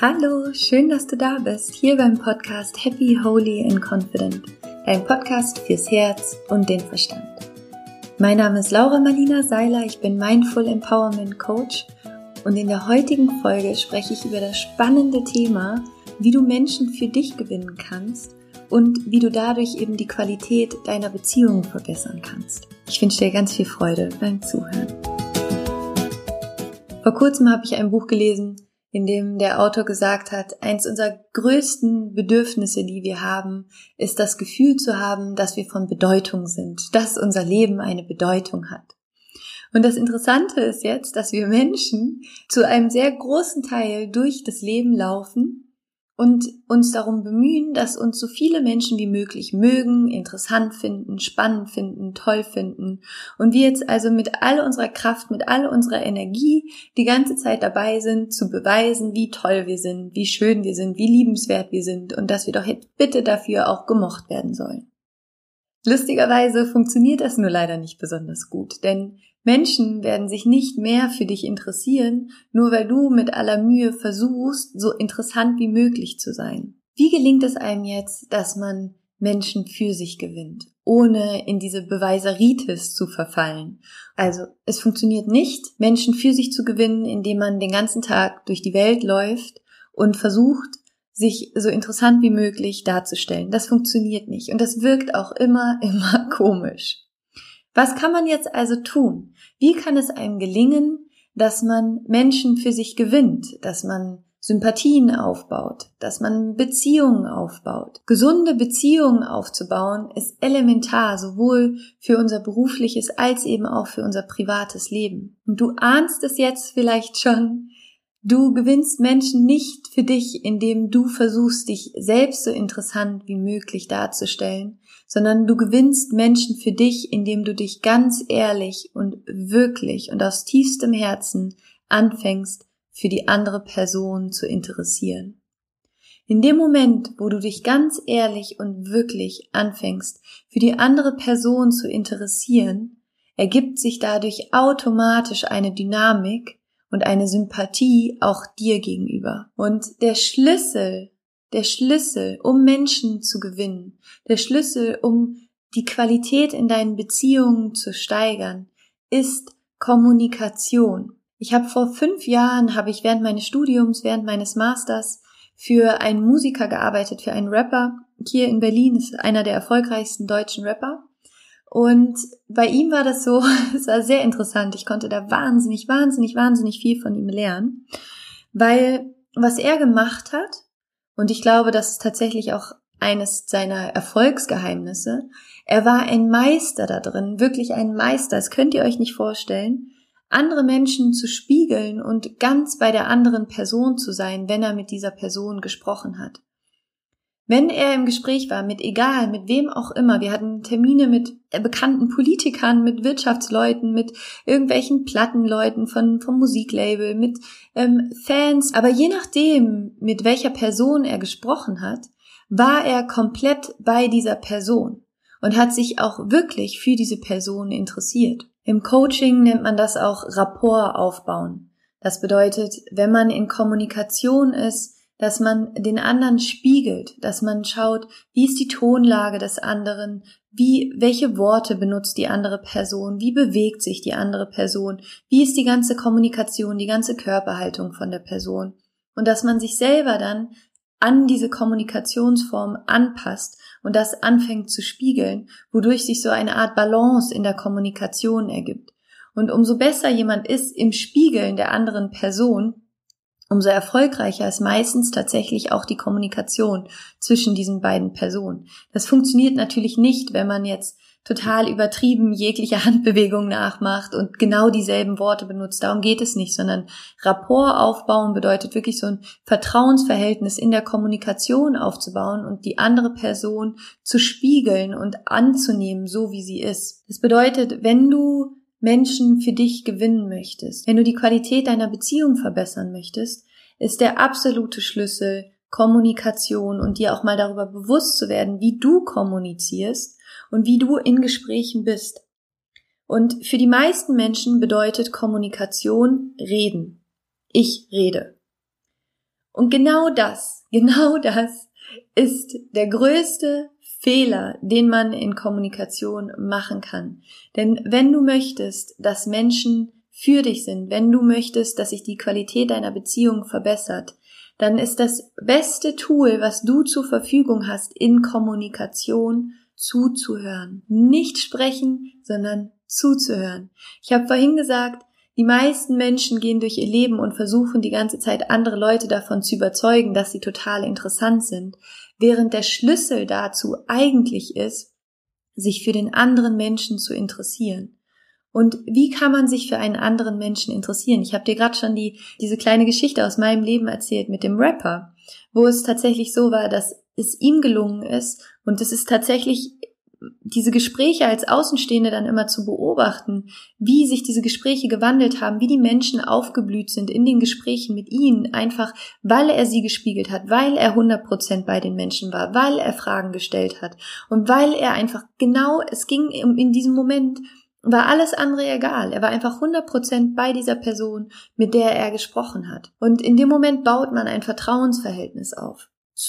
Hallo, schön, dass du da bist, hier beim Podcast Happy, Holy and Confident, ein Podcast fürs Herz und den Verstand. Mein Name ist Laura Marlina Seiler, ich bin Mindful Empowerment Coach und in der heutigen Folge spreche ich über das spannende Thema, wie du Menschen für dich gewinnen kannst und wie du dadurch eben die Qualität deiner Beziehungen verbessern kannst. Ich wünsche dir ganz viel Freude beim Zuhören. Vor kurzem habe ich ein Buch gelesen, in dem der Autor gesagt hat, eins unserer größten Bedürfnisse, die wir haben, ist das Gefühl zu haben, dass wir von Bedeutung sind, dass unser Leben eine Bedeutung hat. Und das Interessante ist jetzt, dass wir Menschen zu einem sehr großen Teil durch das Leben laufen und uns darum bemühen, dass uns so viele Menschen wie möglich mögen, interessant finden, spannend finden, toll finden. Und wir jetzt also mit all unserer Kraft, mit all unserer Energie die ganze Zeit dabei sind, zu beweisen, wie toll wir sind, wie schön wir sind, wie liebenswert wir sind und dass wir doch jetzt bitte dafür auch gemocht werden sollen. Lustigerweise funktioniert das nur leider nicht besonders gut, denn Menschen werden sich nicht mehr für dich interessieren, nur weil du mit aller Mühe versuchst, so interessant wie möglich zu sein. Wie gelingt es einem jetzt, dass man Menschen für sich gewinnt, ohne in diese Beweiseritis zu verfallen? Also, es funktioniert nicht, Menschen für sich zu gewinnen, indem man den ganzen Tag durch die Welt läuft und versucht, sich so interessant wie möglich darzustellen. Das funktioniert nicht und das wirkt auch immer komisch. Was kann man jetzt also tun? Wie kann es einem gelingen, dass man Menschen für sich gewinnt, dass man Sympathien aufbaut, dass man Beziehungen aufbaut? Gesunde Beziehungen aufzubauen ist elementar, sowohl für unser berufliches als eben auch für unser privates Leben. Und du ahnst es jetzt vielleicht schon, du gewinnst Menschen nicht für dich, indem du versuchst, dich selbst so interessant wie möglich darzustellen, sondern du gewinnst Menschen für dich, indem du dich ganz ehrlich und wirklich und aus tiefstem Herzen anfängst, für die andere Person zu interessieren. In dem Moment, wo du dich ganz ehrlich und wirklich anfängst, für die andere Person zu interessieren, ergibt sich dadurch automatisch eine Dynamik und eine Sympathie auch dir gegenüber. Und der Schlüssel, um Menschen zu gewinnen, der Schlüssel, um die Qualität in deinen Beziehungen zu steigern, ist Kommunikation. Ich habe vor 5 Jahren, während meines Studiums, während meines Masters für einen Musiker gearbeitet, für einen Rapper. Hier in Berlin ist einer der erfolgreichsten deutschen Rapper. Und bei ihm war das so, es war sehr interessant, ich konnte da wahnsinnig viel von ihm lernen, weil was er gemacht hat, und ich glaube, das ist tatsächlich auch eines seiner Erfolgsgeheimnisse, er war ein Meister da drin, wirklich ein Meister, das könnt ihr euch nicht vorstellen, andere Menschen zu spiegeln und ganz bei der anderen Person zu sein, wenn er mit dieser Person gesprochen hat. Wenn er im Gespräch war, mit wem auch immer, wir hatten Termine mit bekannten Politikern, mit Wirtschaftsleuten, mit irgendwelchen Plattenleuten vom Musiklabel, mit Fans, aber je nachdem, mit welcher Person er gesprochen hat, war er komplett bei dieser Person und hat sich auch wirklich für diese Person interessiert. Im Coaching nennt man das auch Rapport aufbauen. Das bedeutet, wenn man in Kommunikation ist, dass man den anderen spiegelt, dass man schaut, wie ist die Tonlage des anderen, welche Worte benutzt die andere Person, wie bewegt sich die andere Person, wie ist die ganze Kommunikation, die ganze Körperhaltung von der Person und dass man sich selber dann an diese Kommunikationsform anpasst und das anfängt zu spiegeln, wodurch sich so eine Art Balance in der Kommunikation ergibt. Und umso besser jemand ist im Spiegeln der anderen Person, umso erfolgreicher ist meistens tatsächlich auch die Kommunikation zwischen diesen beiden Personen. Das funktioniert natürlich nicht, wenn man jetzt total übertrieben jegliche Handbewegung nachmacht und genau dieselben Worte benutzt. Darum geht es nicht, sondern Rapport aufbauen bedeutet wirklich so ein Vertrauensverhältnis in der Kommunikation aufzubauen und die andere Person zu spiegeln und anzunehmen, so wie sie ist. Das bedeutet, wenn du Menschen für dich gewinnen möchtest, wenn du die Qualität deiner Beziehung verbessern möchtest, ist der absolute Schlüssel Kommunikation und dir auch mal darüber bewusst zu werden, wie du kommunizierst und wie du in Gesprächen bist. Und für die meisten Menschen bedeutet Kommunikation reden. Ich rede. Und genau das ist der größte Fehler, den man in Kommunikation machen kann. Denn wenn du möchtest, dass Menschen für dich sind, wenn du möchtest, dass sich die Qualität deiner Beziehung verbessert, dann ist das beste Tool, was du zur Verfügung hast in Kommunikation, zuzuhören. Nicht sprechen, sondern zuzuhören. Ich habe vorhin gesagt, die meisten Menschen gehen durch ihr Leben und versuchen die ganze Zeit andere Leute davon zu überzeugen, dass sie total interessant sind, während der Schlüssel dazu eigentlich ist, sich für den anderen Menschen zu interessieren. Und wie kann man sich für einen anderen Menschen interessieren? Ich habe dir gerade schon diese kleine Geschichte aus meinem Leben erzählt mit dem Rapper, wo es tatsächlich so war, dass es ihm gelungen ist, und es ist tatsächlich diese Gespräche als Außenstehende dann immer zu beobachten, wie sich diese Gespräche gewandelt haben, wie die Menschen aufgeblüht sind in den Gesprächen mit ihnen, einfach weil er sie gespiegelt hat, weil er 100% bei den Menschen war, weil er Fragen gestellt hat und weil er einfach es ging in diesem Moment, war alles andere egal. Er war einfach 100% bei dieser Person, mit der er gesprochen hat. Und in dem Moment baut man ein Vertrauensverhältnis auf.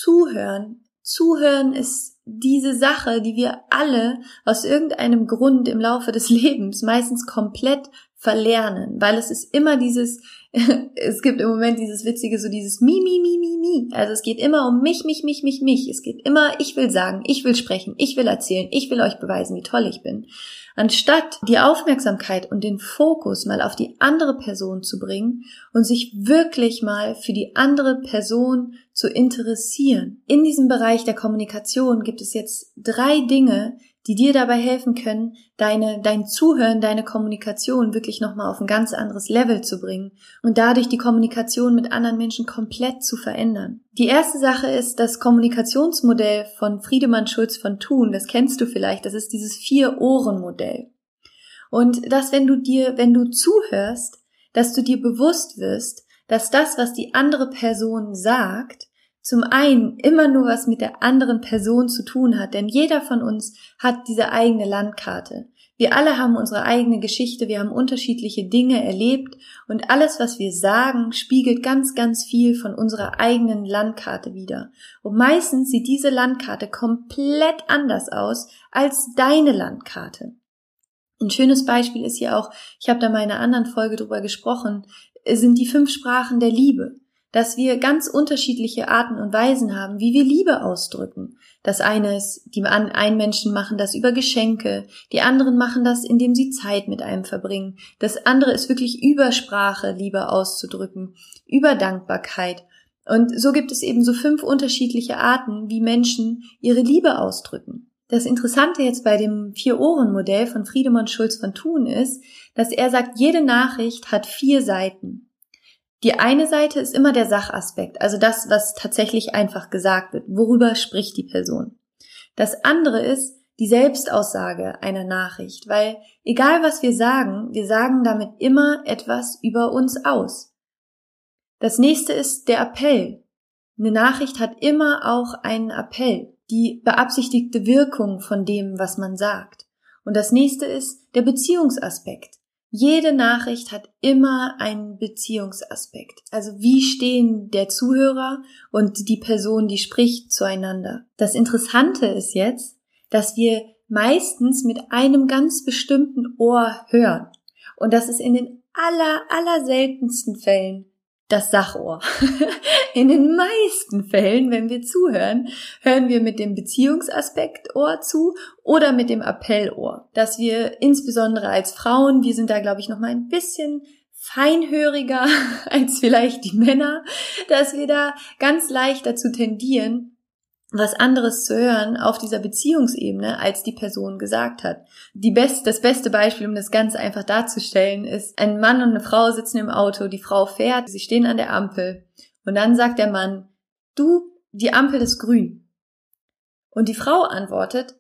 Zuhören ist diese Sache, die wir alle aus irgendeinem Grund im Laufe des Lebens meistens komplett verlernen, weil es ist immer es gibt im Moment dieses witzige, so dieses Mi. Also es geht immer um mich. Es geht immer, ich will sagen, ich will sprechen, ich will erzählen, ich will euch beweisen, wie toll ich bin. Anstatt die Aufmerksamkeit und den Fokus mal auf die andere Person zu bringen und sich wirklich mal für die andere Person zu interessieren. In diesem Bereich der Kommunikation gibt es jetzt 3 Dinge, die dir dabei helfen können, dein Zuhören, deine Kommunikation wirklich nochmal auf ein ganz anderes Level zu bringen und dadurch die Kommunikation mit anderen Menschen komplett zu verändern. Die erste Sache ist das Kommunikationsmodell von Friedemann Schulz von Thun. Das kennst du vielleicht. Das ist dieses 4-Ohren-Modell. Und dass, wenn du zuhörst, dass du dir bewusst wirst, dass das, was die andere Person sagt, zum einen immer nur was mit der anderen Person zu tun hat, denn jeder von uns hat diese eigene Landkarte. Wir alle haben unsere eigene Geschichte, wir haben unterschiedliche Dinge erlebt und alles, was wir sagen, spiegelt ganz, ganz viel von unserer eigenen Landkarte wider. Und meistens sieht diese Landkarte komplett anders aus als deine Landkarte. Ein schönes Beispiel ist hier auch, ich habe da mal in einer anderen Folge drüber gesprochen, sind die 5 Sprachen der Liebe. Dass wir ganz unterschiedliche Arten und Weisen haben, wie wir Liebe ausdrücken. Das eine ist, die einen Menschen machen das über Geschenke, die anderen machen das, indem sie Zeit mit einem verbringen. Das andere ist wirklich über Sprache Liebe auszudrücken, über Dankbarkeit. Und so gibt es eben so 5 unterschiedliche Arten, wie Menschen ihre Liebe ausdrücken. Das Interessante jetzt bei dem 4-Ohren-Modell von Friedemann Schulz von Thun ist, dass er sagt, jede Nachricht hat 4 Seiten. Die eine Seite ist immer der Sachaspekt, also das, was tatsächlich einfach gesagt wird, worüber spricht die Person. Das andere ist die Selbstaussage einer Nachricht, weil egal was wir sagen damit immer etwas über uns aus. Das nächste ist der Appell. Eine Nachricht hat immer auch einen Appell, die beabsichtigte Wirkung von dem, was man sagt. Und das nächste ist der Beziehungsaspekt. Jede Nachricht hat immer einen Beziehungsaspekt. Also wie stehen der Zuhörer und die Person, die spricht, zueinander? Das Interessante ist jetzt, dass wir meistens mit einem ganz bestimmten Ohr hören. Und das ist in den aller seltensten Fällen das Sachohr. In den meisten Fällen, wenn wir zuhören, hören wir mit dem Beziehungsaspektohr zu oder mit dem Appellohr. Dass wir insbesondere als Frauen, wir sind da glaube ich noch mal ein bisschen feinhöriger als vielleicht die Männer, dass wir da ganz leicht dazu tendieren, was anderes zu hören auf dieser Beziehungsebene, als die Person gesagt hat. Das beste Beispiel, um das ganz einfach darzustellen, ist, ein Mann und eine Frau sitzen im Auto, die Frau fährt, sie stehen an der Ampel und dann sagt der Mann, du, die Ampel ist grün. Und die Frau antwortet,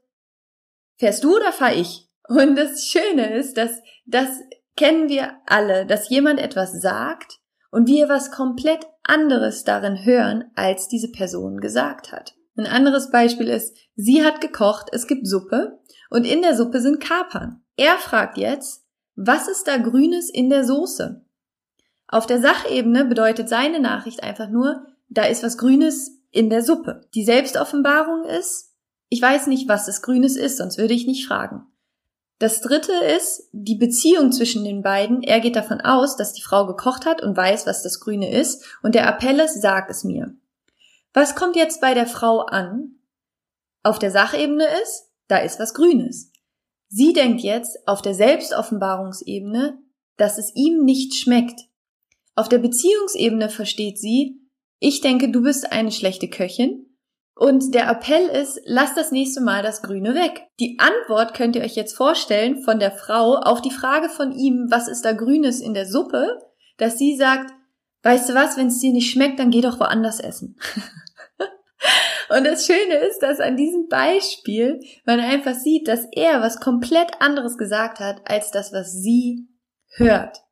fährst du oder fahr ich? Und das Schöne ist, dass das kennen wir alle, dass jemand etwas sagt und wir was komplett anderes darin hören, als diese Person gesagt hat. Ein anderes Beispiel ist, sie hat gekocht, es gibt Suppe und in der Suppe sind Kapern. Er fragt jetzt, was ist da Grünes in der Soße? Auf der Sachebene bedeutet seine Nachricht einfach nur, da ist was Grünes in der Suppe. Die Selbstoffenbarung ist, ich weiß nicht, was das Grünes ist, sonst würde ich nicht fragen. Das dritte ist die Beziehung zwischen den beiden. Er geht davon aus, dass die Frau gekocht hat und weiß, was das Grüne ist. Und der Appell ist, sag es mir. Was kommt jetzt bei der Frau an? Auf der Sachebene ist, da ist was Grünes. Sie denkt jetzt auf der Selbstoffenbarungsebene, dass es ihm nicht schmeckt. Auf der Beziehungsebene versteht sie, ich denke, du bist eine schlechte Köchin. Und der Appell ist, lasst das nächste Mal das Grüne weg. Die Antwort könnt ihr euch jetzt vorstellen von der Frau auf die Frage von ihm, was ist da Grünes in der Suppe, dass sie sagt, weißt du was, wenn es dir nicht schmeckt, dann geh doch woanders essen. Und das Schöne ist, dass an diesem Beispiel man einfach sieht, dass er was komplett anderes gesagt hat, als das, was sie hört.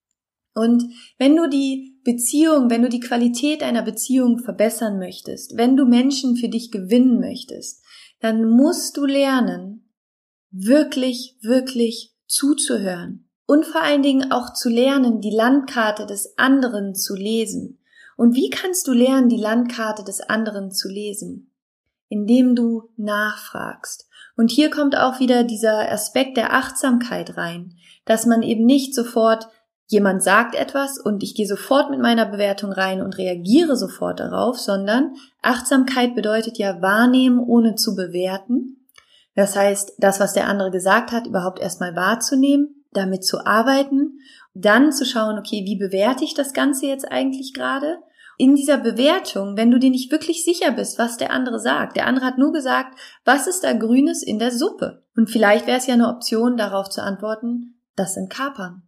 Und wenn du die Beziehung, wenn du die Qualität einer Beziehung verbessern möchtest, wenn du Menschen für dich gewinnen möchtest, dann musst du lernen, wirklich, wirklich zuzuhören. Und vor allen Dingen auch zu lernen, die Landkarte des anderen zu lesen. Und wie kannst du lernen, die Landkarte des anderen zu lesen? Indem du nachfragst. Und hier kommt auch wieder dieser Aspekt der Achtsamkeit rein, dass man eben nicht sofort jemand sagt etwas und ich gehe sofort mit meiner Bewertung rein und reagiere sofort darauf, sondern Achtsamkeit bedeutet ja wahrnehmen, ohne zu bewerten. Das heißt, das, was der andere gesagt hat, überhaupt erstmal wahrzunehmen, damit zu arbeiten, dann zu schauen, okay, wie bewerte ich das Ganze jetzt eigentlich gerade? In dieser Bewertung, wenn du dir nicht wirklich sicher bist, was der andere sagt, der andere hat nur gesagt, was ist da Grünes in der Suppe? Und vielleicht wäre es ja eine Option, darauf zu antworten, das sind Kapern.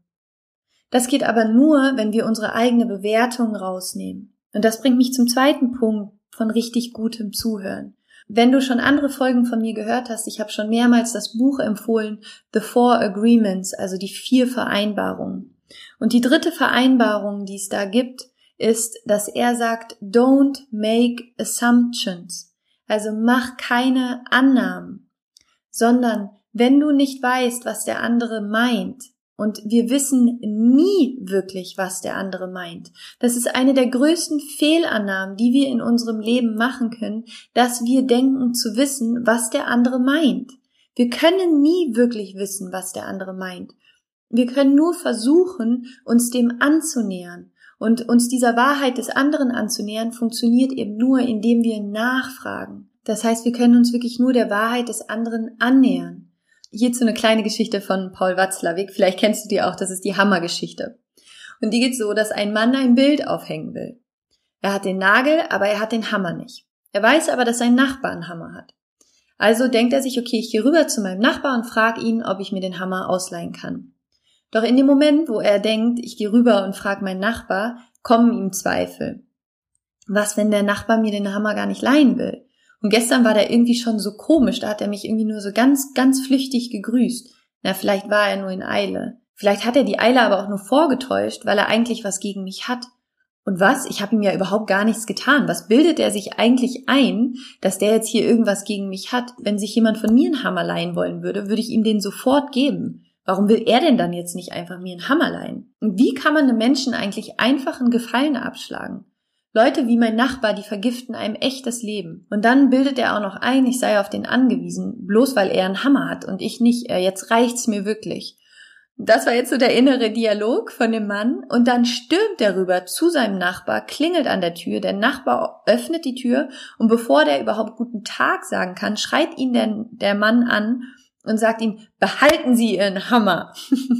Das geht aber nur, wenn wir unsere eigene Bewertung rausnehmen. Und das bringt mich zum zweiten Punkt von richtig gutem Zuhören. Wenn du schon andere Folgen von mir gehört hast, ich habe schon mehrmals das Buch empfohlen, The 4 Agreements, also die 4 Vereinbarungen. Und die dritte Vereinbarung, die es da gibt, ist, dass er sagt, don't make assumptions. Also mach keine Annahmen, sondern wenn du nicht weißt, was der andere meint, und wir wissen nie wirklich, was der andere meint. Das ist eine der größten Fehlannahmen, die wir in unserem Leben machen können, dass wir denken zu wissen, was der andere meint. Wir können nie wirklich wissen, was der andere meint. Wir können nur versuchen, uns dem anzunähern. Und uns dieser Wahrheit des anderen anzunähern, funktioniert eben nur, indem wir nachfragen. Das heißt, wir können uns wirklich nur der Wahrheit des anderen annähern. Hierzu eine kleine Geschichte von Paul Watzlawick. Vielleicht kennst du die auch, das ist die Hammergeschichte. Und die geht so, dass ein Mann ein Bild aufhängen will. Er hat den Nagel, aber er hat den Hammer nicht. Er weiß aber, dass sein Nachbar einen Hammer hat. Also denkt er sich, okay, ich gehe rüber zu meinem Nachbar und frage ihn, ob ich mir den Hammer ausleihen kann. Doch in dem Moment, wo er denkt, ich gehe rüber und frage meinen Nachbar, kommen ihm Zweifel. Was, wenn der Nachbar mir den Hammer gar nicht leihen will? Und gestern war der irgendwie schon so komisch, da hat er mich irgendwie nur so ganz, ganz flüchtig gegrüßt. Na, vielleicht war er nur in Eile. Vielleicht hat er die Eile aber auch nur vorgetäuscht, weil er eigentlich was gegen mich hat. Und was? Ich habe ihm ja überhaupt gar nichts getan. Was bildet er sich eigentlich ein, dass der jetzt hier irgendwas gegen mich hat? Wenn sich jemand von mir einen Hammer leihen wollen würde, würde ich ihm den sofort geben. Warum will er denn dann jetzt nicht einfach mir einen Hammer leihen? Und wie kann man einem Menschen eigentlich einfach einen Gefallen abschlagen? Leute wie mein Nachbar, die vergiften einem echtes Leben. Und dann bildet er auch noch ein, ich sei auf den angewiesen, bloß weil er einen Hammer hat und ich nicht. Jetzt reicht's mir wirklich. Das war jetzt so der innere Dialog von dem Mann. Und dann stürmt er rüber zu seinem Nachbar, klingelt an der Tür. Der Nachbar öffnet die Tür und bevor der überhaupt guten Tag sagen kann, schreit ihn der Mann an und sagt ihm, behalten Sie Ihren Hammer.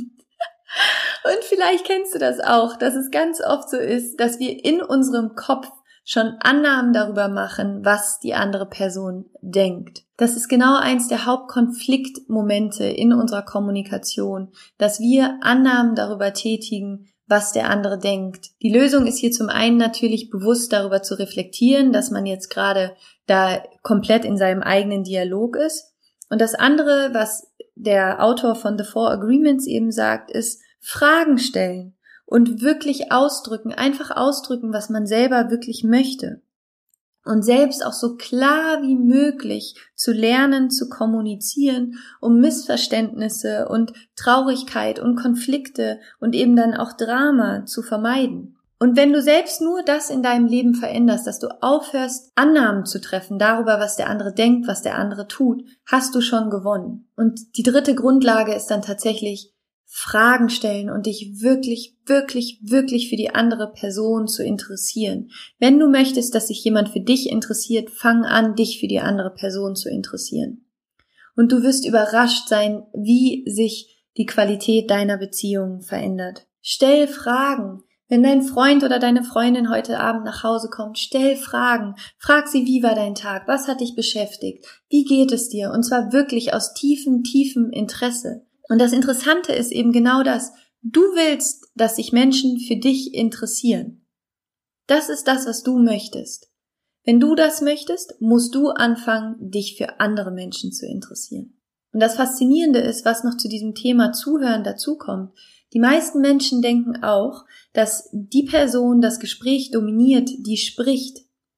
Und vielleicht kennst du das auch, dass es ganz oft so ist, dass wir in unserem Kopf schon Annahmen darüber machen, was die andere Person denkt. Das ist genau eins der Hauptkonfliktmomente in unserer Kommunikation, dass wir Annahmen darüber tätigen, was der andere denkt. Die Lösung ist hier zum einen natürlich bewusst darüber zu reflektieren, dass man jetzt gerade da komplett in seinem eigenen Dialog ist. Und das andere, was der Autor von The 4 Agreements eben sagt, ist Fragen stellen und wirklich ausdrücken, einfach ausdrücken, was man selber wirklich möchte. Und selbst auch so klar wie möglich zu lernen, zu kommunizieren, um Missverständnisse und Traurigkeit und Konflikte und eben dann auch Drama zu vermeiden. Und wenn du selbst nur das in deinem Leben veränderst, dass du aufhörst, Annahmen zu treffen darüber, was der andere denkt, was der andere tut, hast du schon gewonnen. Und die dritte Grundlage ist dann tatsächlich Fragen stellen und dich wirklich, wirklich, wirklich für die andere Person zu interessieren. Wenn du möchtest, dass sich jemand für dich interessiert, fang an, dich für die andere Person zu interessieren. Und du wirst überrascht sein, wie sich die Qualität deiner Beziehungen verändert. Stell Fragen. Wenn dein Freund oder deine Freundin heute Abend nach Hause kommt, stell Fragen. Frag sie, wie war dein Tag? Was hat dich beschäftigt? Wie geht es dir? Und zwar wirklich aus tiefem, tiefem Interesse. Und das Interessante ist eben genau das. Du willst, dass sich Menschen für dich interessieren. Das ist das, was du möchtest. Wenn du das möchtest, musst du anfangen, dich für andere Menschen zu interessieren. Und das Faszinierende ist, was noch zu diesem Thema Zuhören dazukommt. Die meisten Menschen denken auch, dass die Person das Gespräch dominiert, die spricht.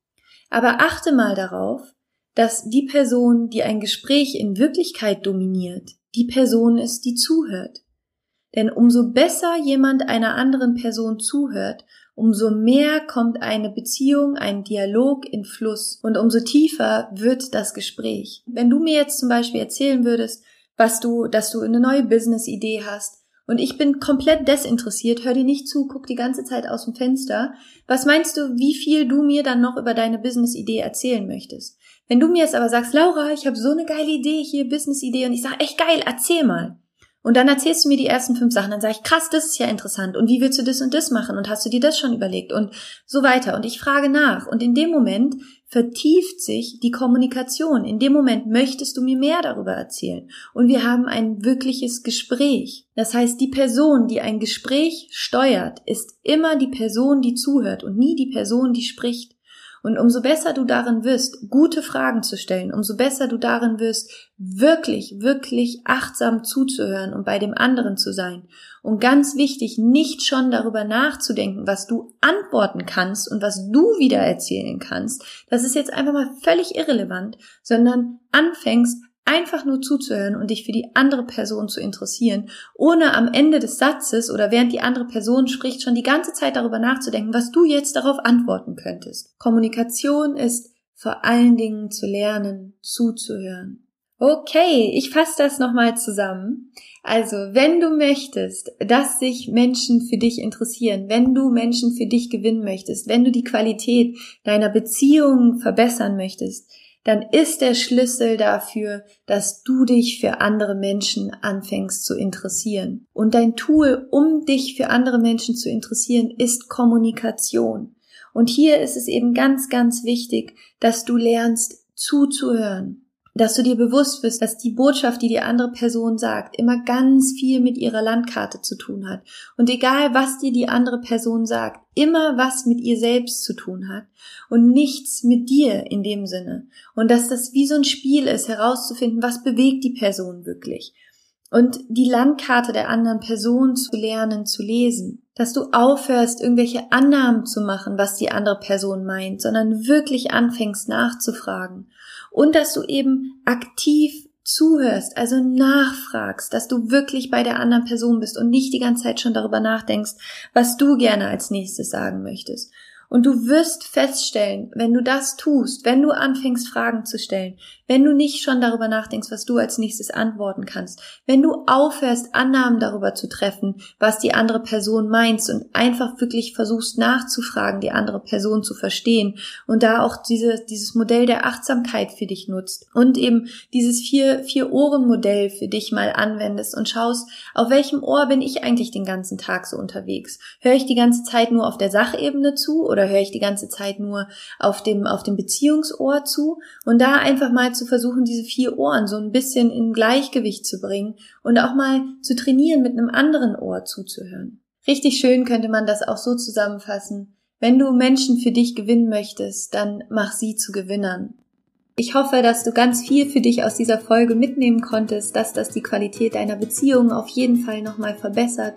Aber achte mal darauf, dass die Person, die ein Gespräch in Wirklichkeit dominiert, die Person ist, die zuhört. Denn umso besser jemand einer anderen Person zuhört, umso mehr kommt eine Beziehung, ein Dialog in Fluss und umso tiefer wird das Gespräch. Wenn du mir jetzt zum Beispiel erzählen würdest, dass du eine neue Business-Idee hast, und ich bin komplett desinteressiert, hör dir nicht zu, guck die ganze Zeit aus dem Fenster. Was meinst du, wie viel du mir dann noch über deine Business-Idee erzählen möchtest? Wenn du mir jetzt aber sagst, Laura, ich habe so eine geile Idee hier, Business-Idee, und ich sage, echt geil, erzähl mal. Und dann erzählst du mir die ersten 5 Sachen, dann sage ich, krass, das ist ja interessant. Und wie willst du das und das machen? Und hast du dir das schon überlegt? Und so weiter. Und ich frage nach. Und in dem Moment vertieft sich die Kommunikation. In dem Moment möchtest du mir mehr darüber erzählen. Und wir haben ein wirkliches Gespräch. Das heißt, die Person, die ein Gespräch steuert, ist immer die Person, die zuhört und nie die Person, die spricht. Und umso besser du darin wirst, gute Fragen zu stellen, umso besser du darin wirst, wirklich, wirklich achtsam zuzuhören und bei dem anderen zu sein. Und ganz wichtig, nicht schon darüber nachzudenken, was du antworten kannst und was du wieder erzählen kannst. Das ist jetzt einfach mal völlig irrelevant, sondern anfängst, einfach nur zuzuhören und dich für die andere Person zu interessieren, ohne am Ende des Satzes oder während die andere Person spricht, schon die ganze Zeit darüber nachzudenken, was du jetzt darauf antworten könntest. Kommunikation ist vor allen Dingen zu lernen, zuzuhören. Okay, ich fasse das nochmal zusammen. Also, wenn du möchtest, dass sich Menschen für dich interessieren, wenn du Menschen für dich gewinnen möchtest, wenn du die Qualität deiner Beziehungen verbessern möchtest, dann ist der Schlüssel dafür, dass du dich für andere Menschen anfängst zu interessieren. Und dein Tool, um dich für andere Menschen zu interessieren, ist Kommunikation. Und hier ist es eben ganz, ganz wichtig, dass du lernst zuzuhören. Dass du dir bewusst bist, dass die Botschaft, die die andere Person sagt, immer ganz viel mit ihrer Landkarte zu tun hat. Und egal, was dir die andere Person sagt, immer was mit ihr selbst zu tun hat und nichts mit dir in dem Sinne. Und dass das wie so ein Spiel ist, herauszufinden, was bewegt die Person wirklich. Und die Landkarte der anderen Person zu lernen, zu lesen. Dass du aufhörst, irgendwelche Annahmen zu machen, was die andere Person meint, sondern wirklich anfängst nachzufragen. Und dass du eben aktiv zuhörst, also nachfragst, dass du wirklich bei der anderen Person bist und nicht die ganze Zeit schon darüber nachdenkst, was du gerne als nächstes sagen möchtest. Und du wirst feststellen, wenn du das tust, wenn du anfängst, Fragen zu stellen, wenn du nicht schon darüber nachdenkst, was du als nächstes antworten kannst, wenn du aufhörst, Annahmen darüber zu treffen, was die andere Person meint und einfach wirklich versuchst nachzufragen, die andere Person zu verstehen und da auch dieses Modell der Achtsamkeit für dich nutzt und eben dieses 4-Ohren-Modell für dich mal anwendest und schaust, auf welchem Ohr bin ich eigentlich den ganzen Tag so unterwegs? Höre ich die ganze Zeit nur auf der Sachebene zu oder höre ich die ganze Zeit nur auf dem Beziehungsohr zu? Und da einfach mal zu versuchen, diese 4 Ohren so ein bisschen in Gleichgewicht zu bringen und auch mal zu trainieren, mit einem anderen Ohr zuzuhören. Richtig schön könnte man das auch so zusammenfassen. Wenn du Menschen für dich gewinnen möchtest, dann mach sie zu Gewinnern. Ich hoffe, dass du ganz viel für dich aus dieser Folge mitnehmen konntest, dass das die Qualität deiner Beziehung auf jeden Fall nochmal verbessert.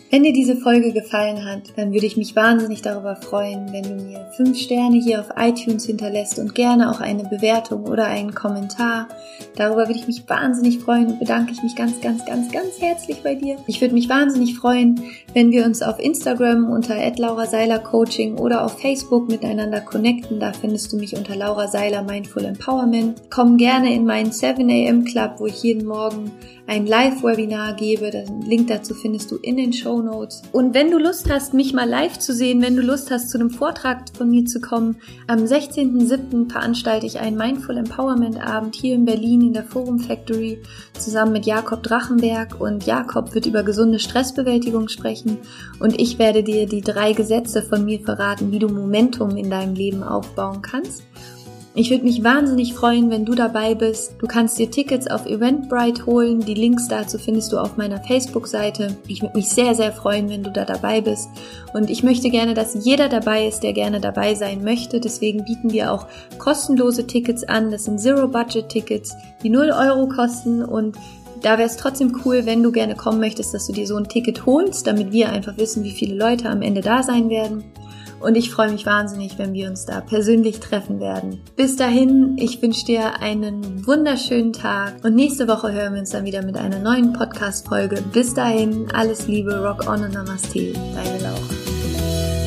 Wenn dir diese Folge gefallen hat, dann würde ich mich wahnsinnig darüber freuen, wenn du mir 5 Sterne hier auf iTunes hinterlässt und gerne auch eine Bewertung oder einen Kommentar. Darüber würde ich mich wahnsinnig freuen und bedanke ich mich ganz, ganz, ganz, ganz herzlich bei dir. Ich würde mich wahnsinnig freuen, wenn wir uns auf Instagram unter @lauraseilercoaching oder auf Facebook miteinander connecten. Da findest du mich unter Laura Seiler Mindful Empowerment. Komm gerne in meinen 7 AM Club, wo ich jeden Morgen ein Live-Webinar gebe. Den Link dazu findest du in den Shownotes. Und wenn du Lust hast, mich mal live zu sehen, wenn du Lust hast, zu einem Vortrag von mir zu kommen, am 16.07. veranstalte ich einen Mindful Empowerment Abend hier in Berlin in der Forum Factory zusammen mit Jakob Drachenberg. Und Jakob wird über gesunde Stressbewältigung sprechen und ich werde dir die 3 Gesetze von mir verraten, wie du Momentum in deinem Leben aufbauen kannst. Ich würde mich wahnsinnig freuen, wenn du dabei bist. Du kannst dir Tickets auf Eventbrite holen. Die Links dazu findest du auf meiner Facebook-Seite. Ich würde mich sehr, sehr freuen, wenn du da dabei bist. Und ich möchte gerne, dass jeder dabei ist, der gerne dabei sein möchte. Deswegen bieten wir auch kostenlose Tickets an. Das sind Zero-Budget-Tickets, die 0 € kosten. Und da wäre es trotzdem cool, wenn du gerne kommen möchtest, dass du dir so ein Ticket holst, damit wir einfach wissen, wie viele Leute am Ende da sein werden. Und ich freue mich wahnsinnig, wenn wir uns da persönlich treffen werden. Bis dahin, ich wünsche dir einen wunderschönen Tag und nächste Woche hören wir uns dann wieder mit einer neuen Podcast-Folge. Bis dahin, alles Liebe, Rock on und Namaste, deine Laura.